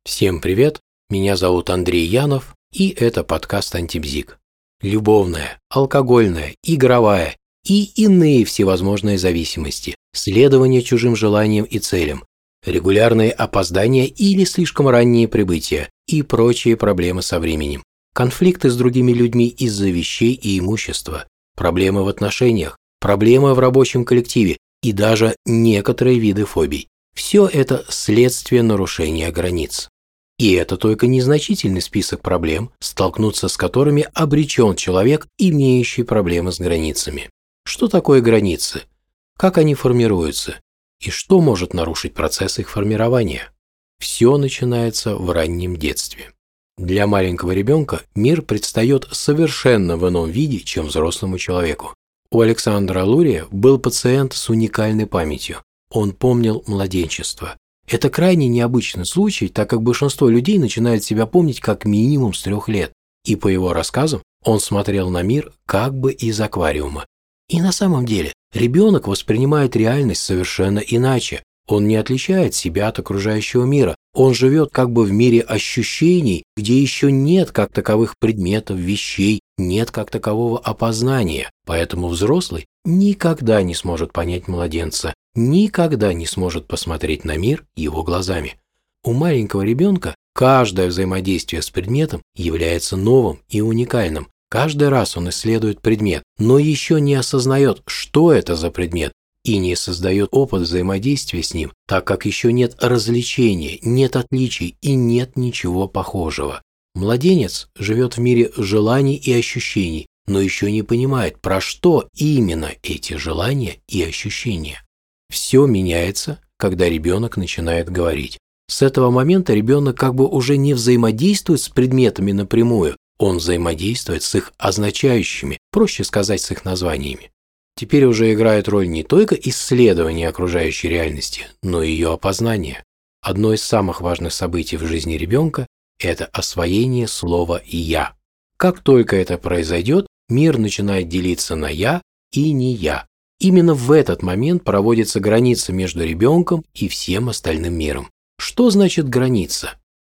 Всем привет, меня зовут Андрей Янов, и это подкаст «Антибзик». Любовная, алкогольная, игровая и иные всевозможные зависимости, следование чужим желаниям и целям, регулярные опоздания или слишком ранние прибытия и прочие проблемы со временем, конфликты с другими людьми из-за вещей и имущества, проблемы в отношениях, проблемы в рабочем коллективе и даже некоторые виды фобий. Все это следствие нарушения границ. И это только незначительный список проблем, столкнуться с которыми обречен человек, имеющий проблемы с границами. Что такое границы? Как они формируются? И что может нарушить процесс их формирования? Все начинается в раннем детстве. Для маленького ребенка мир предстает совершенно в ином виде, чем взрослому человеку. У Александра Лурия был пациент с уникальной памятью. Он помнил младенчество. Это крайне необычный случай, так как большинство людей начинает себя помнить как минимум с 3 лет. И по его рассказам, он смотрел на мир как бы из аквариума. И на самом деле, ребенок воспринимает реальность совершенно иначе. Он не отличает себя от окружающего мира. Он живет как бы в мире ощущений, где еще нет как таковых предметов, вещей, нет как такового опознания. Поэтому взрослый никогда не сможет понять младенца, никогда не сможет посмотреть на мир его глазами. У маленького ребенка каждое взаимодействие с предметом является новым и уникальным. Каждый раз он исследует предмет, но еще не осознает, что это за предмет, и не создает опыт взаимодействия с ним, так как еще нет развлечения, нет отличий и нет ничего похожего. Младенец живет в мире желаний и ощущений, но еще не понимает, про что именно эти желания и ощущения. Все меняется, когда ребенок начинает говорить. С этого момента ребенок как бы уже не взаимодействует с предметами напрямую, он взаимодействует с их означающими, проще сказать, с их названиями. Теперь уже играет роль не только исследование окружающей реальности, но и ее опознание. Одно из самых важных событий в жизни ребенка – это освоение слова «я». Как только это произойдет, мир начинает делиться на «я» и «не я». Именно в этот момент проводится граница между ребенком и всем остальным миром. Что значит граница?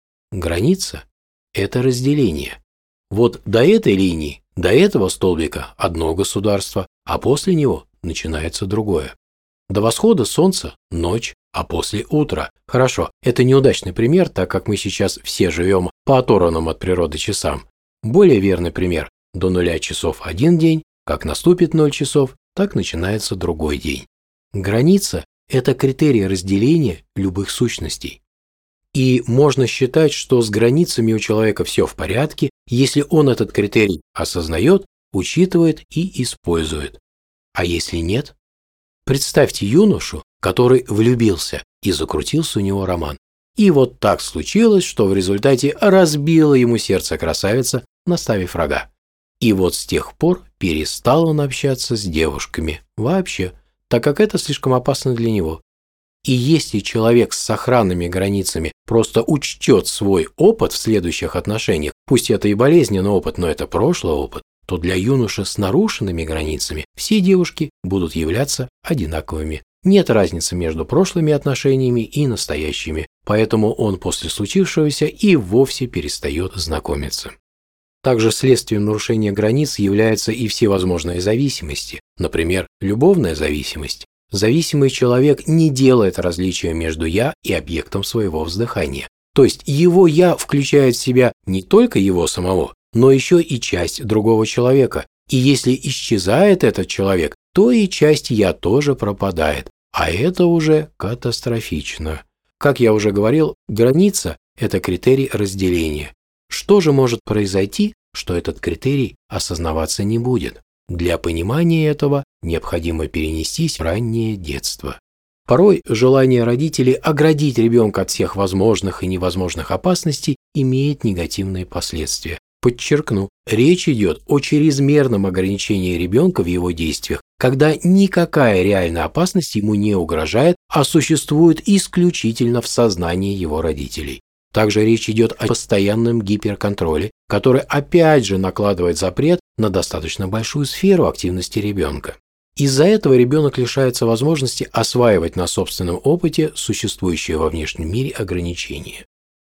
Граница – это разделение. Вот до этой линии, до этого столбика одно государство, а после него начинается другое. До восхода солнца – ночь, а после – утро. Хорошо, это неудачный пример, так как мы сейчас все живем по оторванным от природы часам. Более верный пример – до 0 часов один день, как наступит 0 часов, так начинается другой день. Граница – это критерий разделения любых сущностей. И можно считать, что с границами у человека все в порядке, если он этот критерий осознает, учитывает и использует. А если нет? Представьте юношу, который влюбился и закрутился у него роман. И вот так случилось, что в результате разбила ему сердце красавица, наставив рога. И вот с тех пор перестал он общаться с девушками вообще, так как это слишком опасно для него. И если человек с сохранными границами просто учтет свой опыт в следующих отношениях, пусть это и болезненный опыт, но это прошлый опыт, то для юноши с нарушенными границами все девушки будут являться одинаковыми. Нет разницы между прошлыми отношениями и настоящими, поэтому он после случившегося и вовсе перестает знакомиться. Также следствием нарушения границ являются и всевозможные зависимости, например, любовная зависимость. Зависимый человек не делает различия между «я» и объектом своего вздыхания. То есть его «я» включает в себя не только его самого, но еще и часть другого человека. И если исчезает этот человек, то и часть «я» тоже пропадает. А это уже катастрофично. Как я уже говорил, граница – это критерий разделения. Что же может произойти, что этот критерий осознаваться не будет? Для понимания этого необходимо перенестись в раннее детство. Порой желание родителей оградить ребенка от всех возможных и невозможных опасностей имеет негативные последствия. Подчеркну, речь идет о чрезмерном ограничении ребенка в его действиях, когда никакая реальная опасность ему не угрожает, а существует исключительно в сознании его родителей. Также речь идет о постоянном гиперконтроле, который опять же накладывает запрет на достаточно большую сферу активности ребенка. Из-за этого ребенок лишается возможности осваивать на собственном опыте существующие во внешнем мире ограничения.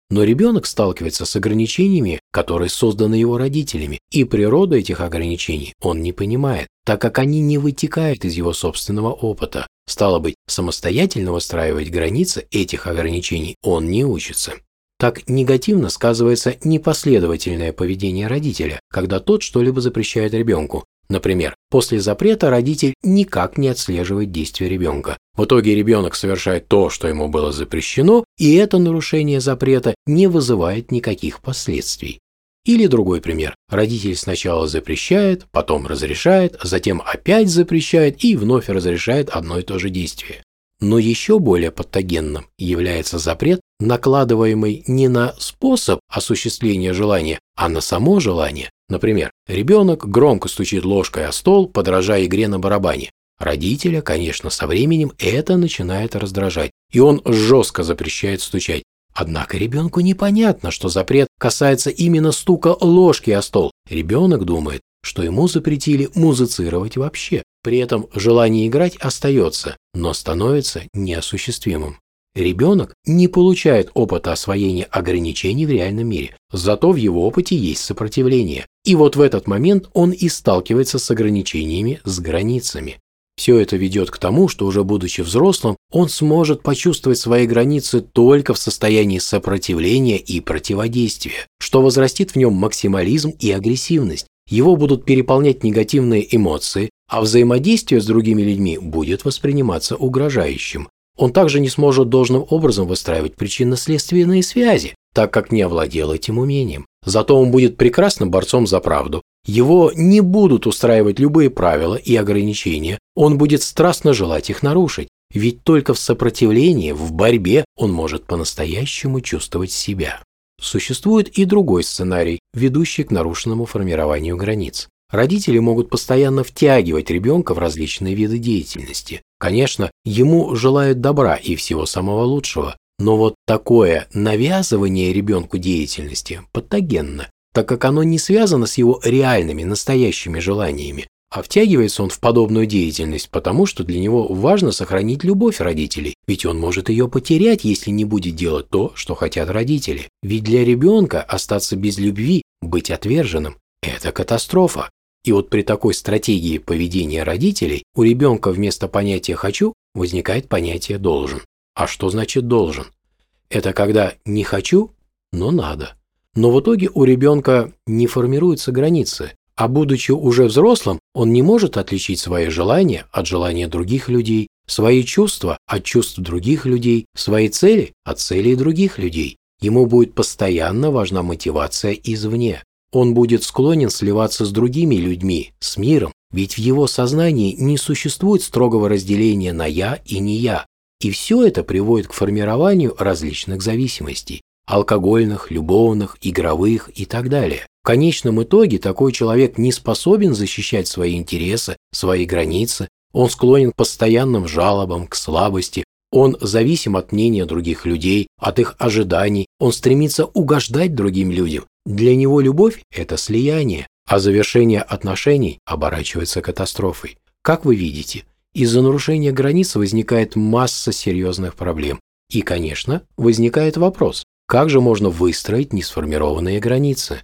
Но ребенок сталкивается с ограничениями, которые созданы его родителями, и природу этих ограничений он не понимает, так как они не вытекают из его собственного опыта. Стало быть, самостоятельно выстраивать границы этих ограничений он не учится. Так негативно сказывается непоследовательное поведение родителя, когда тот что-либо запрещает ребенку. Например, после запрета родитель никак не отслеживает действия ребенка. В итоге ребенок совершает то, что ему было запрещено, и это нарушение запрета не вызывает никаких последствий. Или другой пример. Родитель сначала запрещает, потом разрешает, затем опять запрещает и вновь разрешает одно и то же действие. Но еще более патогенным является запрет, накладываемый не на способ осуществления желания, а на само желание. Например, ребенок громко стучит ложкой о стол, подражая игре на барабане. Родителя, конечно, со временем это начинает раздражать, и он жестко запрещает стучать. Однако ребенку непонятно, что запрет касается именно стука ложки о стол. Ребенок думает, что ему запретили музицировать вообще. При этом желание играть остается, но становится неосуществимым. Ребенок не получает опыта освоения ограничений в реальном мире, зато в его опыте есть сопротивление. И вот в этот момент он и сталкивается с ограничениями, с границами. Все это ведет к тому, что уже будучи взрослым, он сможет почувствовать свои границы только в состоянии сопротивления и противодействия, что возрастит в нем максимализм и агрессивность. Его будут переполнять негативные эмоции, а взаимодействие с другими людьми будет восприниматься угрожающим. Он также не сможет должным образом выстраивать причинно-следственные связи, так как не овладел этим умением. Зато он будет прекрасным борцом за правду. Его не будут устраивать любые правила и ограничения, он будет страстно желать их нарушить. Ведь только в сопротивлении, в борьбе он может по-настоящему чувствовать себя. Существует и другой сценарий, ведущий к нарушенному формированию границ. Родители могут постоянно втягивать ребенка в различные виды деятельности. Конечно, ему желают добра и всего самого лучшего, но вот такое навязывание ребенку деятельности патогенно, так как оно не связано с его реальными, настоящими желаниями, а втягивается он в подобную деятельность, потому что для него важно сохранить любовь родителей, ведь он может ее потерять, если не будет делать то, что хотят родители. Ведь для ребенка остаться без любви, быть отверженным – это катастрофа. И вот при такой стратегии поведения родителей у ребенка вместо понятия «хочу» возникает понятие «должен». А что значит «должен»? Это когда не хочу, но надо. Но в итоге у ребенка не формируются границы, а будучи уже взрослым, он не может отличить свои желания от желания других людей, свои чувства от чувств других людей, свои цели от целей других людей. Ему будет постоянно важна мотивация извне. Он будет склонен сливаться с другими людьми, с миром, ведь в его сознании не существует строгого разделения на «я» и «не я». И все это приводит к формированию различных зависимостей – алкогольных, любовных, игровых и так далее. В конечном итоге такой человек не способен защищать свои интересы, свои границы, он склонен к постоянным жалобам, к слабости, он зависим от мнения других людей, от их ожиданий, он стремится угождать другим людям. Для него любовь – это слияние, а завершение отношений оборачивается катастрофой. Как вы видите, из-за нарушения границ возникает масса серьезных проблем. И, конечно, возникает вопрос, как же можно выстроить несформированные границы?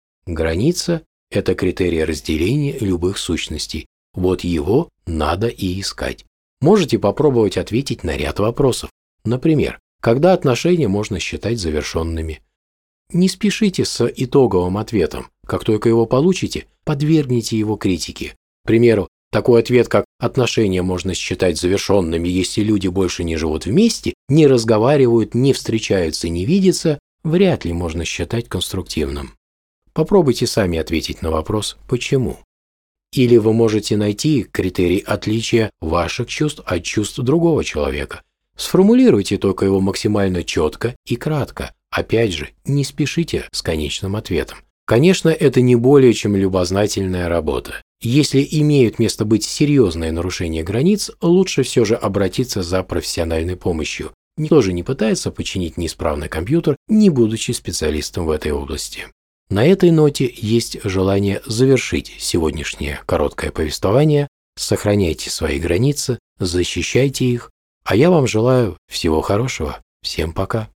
Граница – это критерий разделения любых сущностей. Вот его надо и искать. Можете попробовать ответить на ряд вопросов. Например, когда отношения можно считать завершенными? Не спешите с итоговым ответом. Как только его получите, подвергните его критике. К примеру, такой ответ, как «отношения можно считать завершенными, если люди больше не живут вместе, не разговаривают, не встречаются, не видятся», вряд ли можно считать конструктивным. Попробуйте сами ответить на вопрос «почему?». Или вы можете найти критерий отличия ваших чувств от чувств другого человека. Сформулируйте только его максимально четко и кратко. Опять же, не спешите с конечным ответом. Конечно, это не более чем любознательная работа. Если имеют место быть серьезные нарушения границ, лучше все же обратиться за профессиональной помощью. Никто же не пытается починить неисправный компьютер, не будучи специалистом в этой области. На этой ноте есть желание завершить сегодняшнее короткое повествование. Сохраняйте свои границы, защищайте их, а я вам желаю всего хорошего. Всем пока.